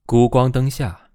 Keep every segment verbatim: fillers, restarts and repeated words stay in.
孤光灯下。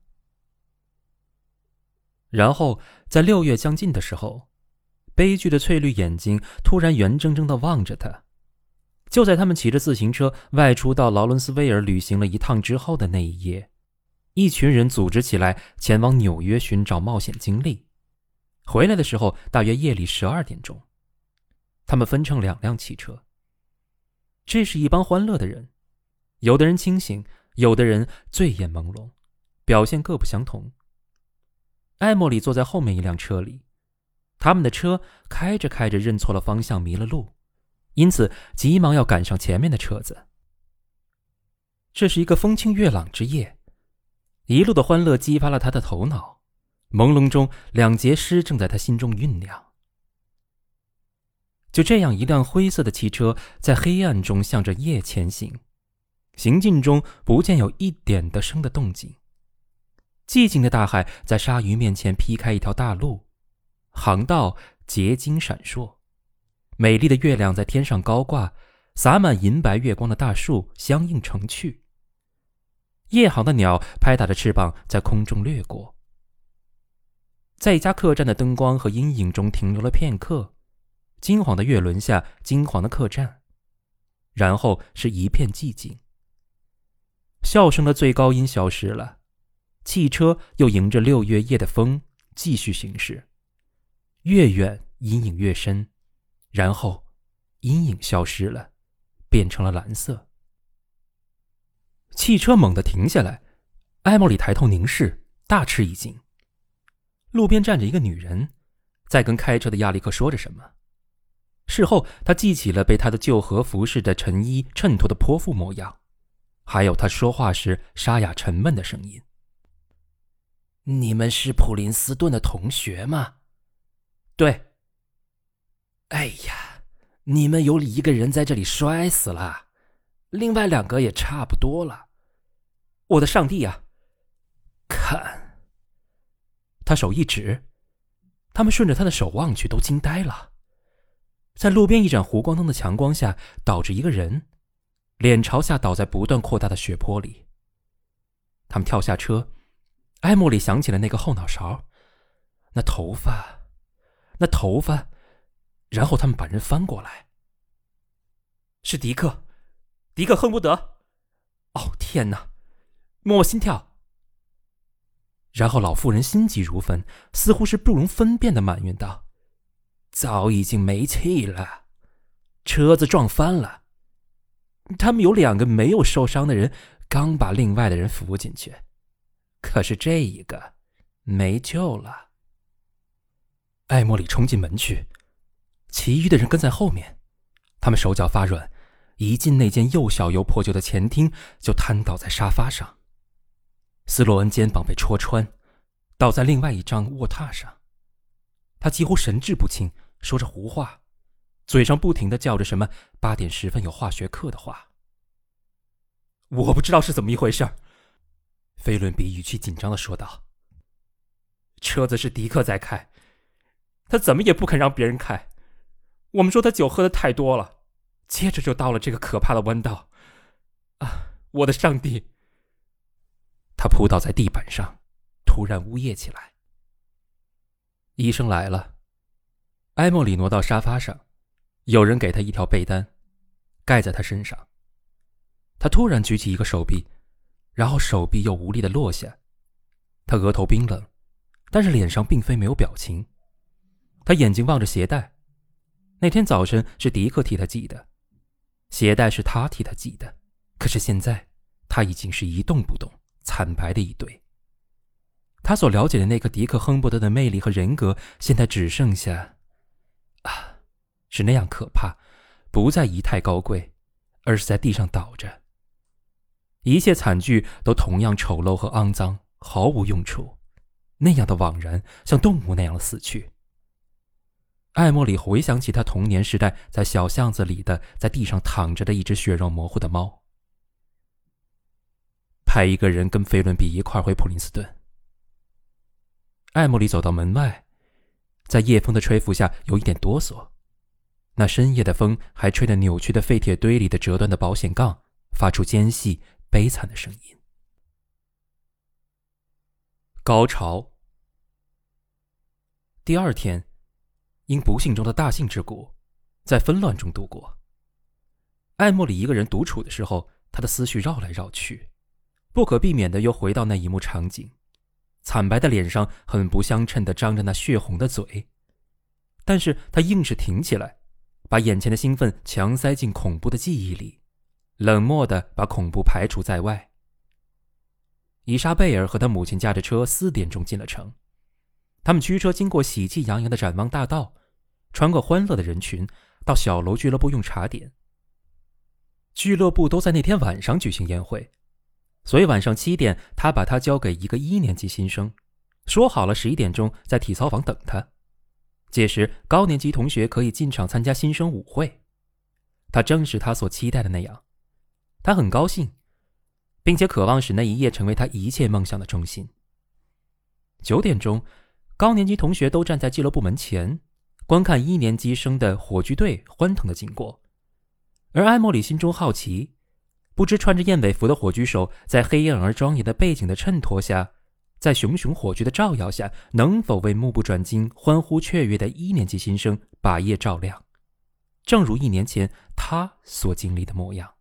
然后在六月将近的时候，悲剧的翠绿眼睛突然圆睁睁地望着他。就在他们骑着自行车外出到劳伦斯威尔旅行了一趟之后的那一夜，一群人组织起来前往纽约寻找冒险经历。回来的时候大约夜里十二点钟。他们分成两辆汽车。这是一帮欢乐的人，有的人清醒，有的人醉眼朦胧，表现各不相同。艾莫里坐在后面一辆车里，他们的车开着开着认错了方向，迷了路，因此急忙要赶上前面的车子。这是一个风清月朗之夜，一路的欢乐激发了他的头脑，朦胧中两节诗正在他心中酝酿。就这样，一辆灰色的汽车在黑暗中向着夜前行，行进中不见有一点的声的动静。寂静的大海在鲨鱼面前劈开一条大路，航道结晶闪烁，美丽的月亮在天上高挂，洒满银白月光的大树相映成趣。夜航的鸟拍打着翅膀在空中掠过。在一家客栈的灯光和阴影中停留了片刻，金黄的月轮下，金黄的客栈，然后是一片寂静。笑声的最高音消失了，汽车又迎着六月夜的风继续行驶，越远阴影越深，然后阴影消失了，变成了蓝色。汽车猛地停下来，艾莫里抬头凝视，大吃一惊。路边站着一个女人，在跟开车的亚历克说着什么。事后他记起了被他的旧和服饰的衬衣衬托的泼妇模样，还有他说话时沙哑沉闷的声音。你们是普林斯顿的同学吗？对。哎呀，你们有一个人在这里摔死了，另外两个也差不多了。我的上帝啊！看，他手一指，他们顺着他的手望去，都惊呆了。在路边一盏湖光灯的强光下，倒着一个人，脸朝下倒在不断扩大的血泊里。他们跳下车，艾莫里想起了那个后脑勺，那头发，那头发，然后他们把人翻过来。是迪克，迪克·亨伯德。哦，天哪，摸摸心跳。然后老妇人心急如焚，似乎是不容分辨地埋怨道：早已经没气了，车子撞翻了。他们有两个没有受伤的人，刚把另外的人扶进去，可是这一个没救了。艾莫里冲进门去，其余的人跟在后面。他们手脚发软，一进那间又小又破旧的前厅，就瘫倒在沙发上。斯洛恩肩膀被戳穿，倒在另外一张卧榻上。他几乎神志不清，说着胡话，嘴上不停地叫着什么八点十分有化学课的话。我不知道是怎么一回事，菲伦比语气紧张地说道。车子是迪克在开，他怎么也不肯让别人开。我们说他酒喝得太多了，接着就到了这个可怕的弯道。啊，我的上帝！他扑倒在地板上，突然呜咽起来。医生来了，埃莫里挪到沙发上，有人给他一条被单，盖在他身上。他突然举起一个手臂，然后手臂又无力地落下。他额头冰冷，但是脸上并非没有表情。他眼睛望着鞋带，那天早晨是迪克替他系的，鞋带是他替他系的，可是现在他已经是一动不动，惨白的一堆。他所了解的那个迪克·亨伯德的魅力和人格，现在只剩下，啊，是那样可怕，不在仪态高贵，而是在地上倒着。一切惨剧都同样丑陋和肮脏，毫无用处，那样的枉然，像动物那样的死去。艾莫里回想起他童年时代在小巷子里的，在地上躺着的一只血肉模糊的猫。派一个人跟菲伦比一块回普林斯顿。艾莫里走到门外，在夜风的吹拂下有一点哆嗦，那深夜的风还吹得扭曲的废铁堆里的折断的保险杠发出尖细悲惨的声音。 高潮。第二天，因不幸中的大幸之谷，在纷乱中度过。艾莫里一个人独处的时候，他的思绪绕来绕去，不可避免的又回到那一幕场景。惨白的脸上很不相称地张着那血红的嘴，但是他硬是挺起来，把眼前的兴奋强塞进恐怖的记忆里，冷漠地把恐怖排除在外。伊莎贝尔和他母亲驾着车四点钟进了城，他们驱车经过喜气洋洋的展望大道，穿过欢乐的人群，到小楼俱乐部用茶点。俱乐部都在那天晚上举行宴会，所以晚上七点，他把他交给一个一年级新生，说好了十一点钟在体操房等他。届时高年级同学可以进场参加新生舞会。他正是他所期待的那样，他很高兴，并且渴望使那一夜成为他一切梦想的中心。九点钟，高年级同学都站在俱乐部门前，观看一年级生的火炬队欢腾的经过。而艾莫里心中好奇，不知穿着燕尾服的火炬手在黑暗而庄严的背景的衬托下，在熊熊火炬的照耀下，能否为目不转睛欢呼雀跃的一年级新生把夜照亮，正如一年前他所经历的模样。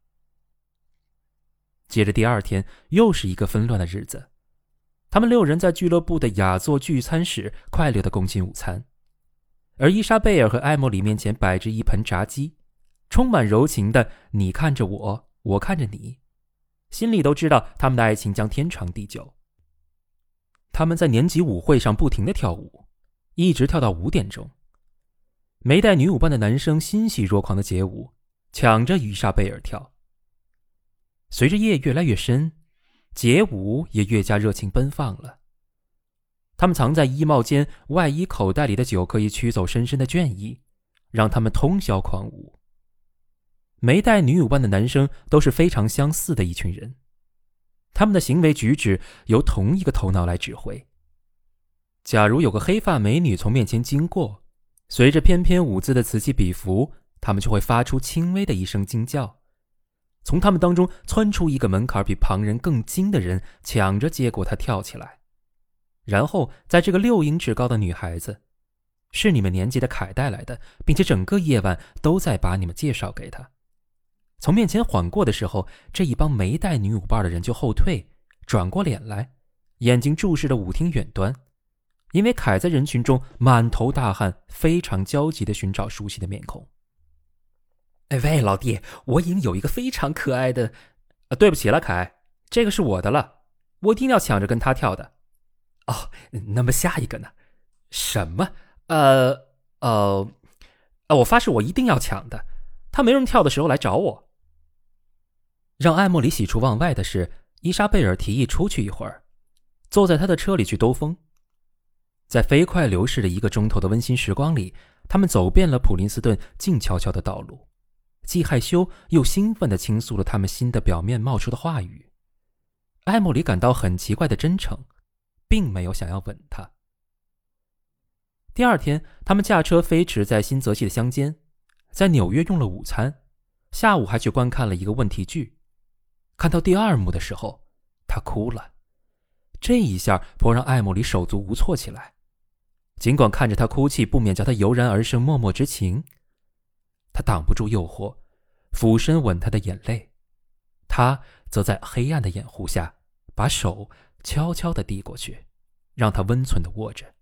接着第二天又是一个纷乱的日子，他们六人在俱乐部的雅座聚餐室快乐地共进午餐，而伊莎贝尔和艾莫里面前摆着一盆炸鸡，充满柔情的你看着我，我看着你，心里都知道他们的爱情将天长地久。他们在年级舞会上不停地跳舞，一直跳到五点钟。没带女舞伴的男生欣喜若狂的街舞，抢着与伊莎贝尔跳。随着夜越来越深，街舞也越加热情奔放了。他们藏在衣帽间、外衣口袋里的酒可以驱走深深的倦意，让他们通宵狂舞。没带女舞伴的男生都是非常相似的一群人，他们的行为举止由同一个头脑来指挥。假如有个黑发美女从面前经过，随着翩翩舞姿的此起彼伏，他们就会发出轻微的一声惊叫。从他们当中窜出一个门槛比旁人更精的人，抢着接过他跳起来。然后在这个六英尺高的女孩子，是你们年级的凯带来的，并且整个夜晚都在把你们介绍给他。从面前缓过的时候，这一帮没带女舞伴的人就后退，转过脸来，眼睛注视着舞厅远端，因为凯在人群中满头大汗，非常焦急地寻找熟悉的面孔。哎喂，老弟，我已经有一个非常可爱的……啊，对不起了，凯，这个是我的了，我一定要抢着跟他跳的。哦，那么下一个呢？什么？呃……呃……呃，我发誓我一定要抢的，他没人跳的时候来找我。让艾莫里喜出望外的是，伊莎贝尔提议出去一会儿，坐在他的车里去兜风。在飞快流逝的一个钟头的温馨时光里，他们走遍了普林斯顿静悄悄的道路，既害羞又兴奋地倾诉了他们心的表面冒出的话语。艾莫里感到很奇怪的真诚，并没有想要吻他。第二天，他们驾车飞驰在新泽西的乡间，在纽约用了午餐，下午还去观看了一个问题剧。看到第二幕的时候，他哭了。这一下颇让艾莫里手足无措起来，尽管看着他哭泣不免叫他油然而生默默之情，他挡不住诱惑，俯身吻他的眼泪。他则在黑暗的掩护下，把手悄悄地递过去，让他温存地握着。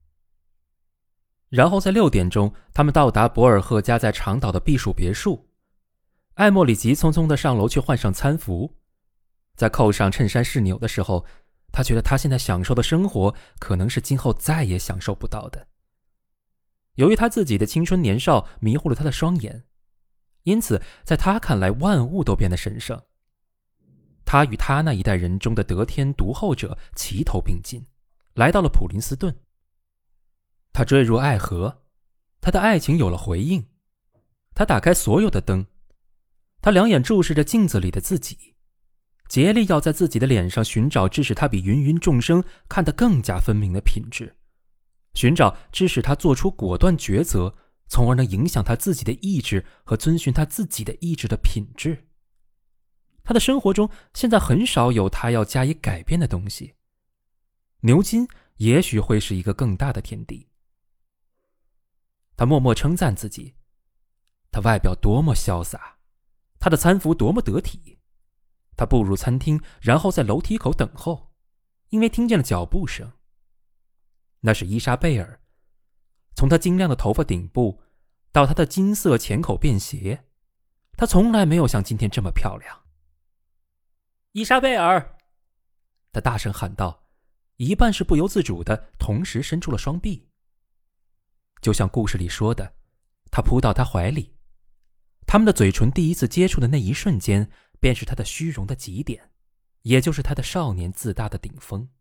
然后在六点钟，他们到达博尔赫家在长岛的避暑别墅。艾莫里急匆匆地上楼去换上餐服，在扣上衬衫试纽的时候，他觉得他现在享受的生活可能是今后再也享受不到的。由于他自己的青春年少迷糊了他的双眼，因此在他看来万物都变得神圣。他与他那一代人中的得天独厚者齐头并进，来到了普林斯顿。他坠入爱河，他的爱情有了回应。他打开所有的灯，他两眼注视着镜子里的自己，竭力要在自己的脸上寻找致使他比芸芸众生看得更加分明的品质，寻找致使他做出果断抉择，从而能影响他自己的意志和遵循他自己的意志的品质。他的生活中现在很少有他要加以改变的东西。 牛津也许会是一个更大的天地。他默默称赞自己，他外表多么潇洒，他的餐服多么得体。他步入餐厅，然后在楼梯口等候，因为听见了脚步声。那是伊莎贝尔，从她晶亮的头发顶部到她的金色前口便鞋，她从来没有像今天这么漂亮。伊莎贝尔，他大声喊道，一半是不由自主的，同时伸出了双臂。就像故事里说的，他扑到她怀里，他们的嘴唇第一次接触的那一瞬间，便是他的虚荣的极点，也就是他的少年自大的顶峰。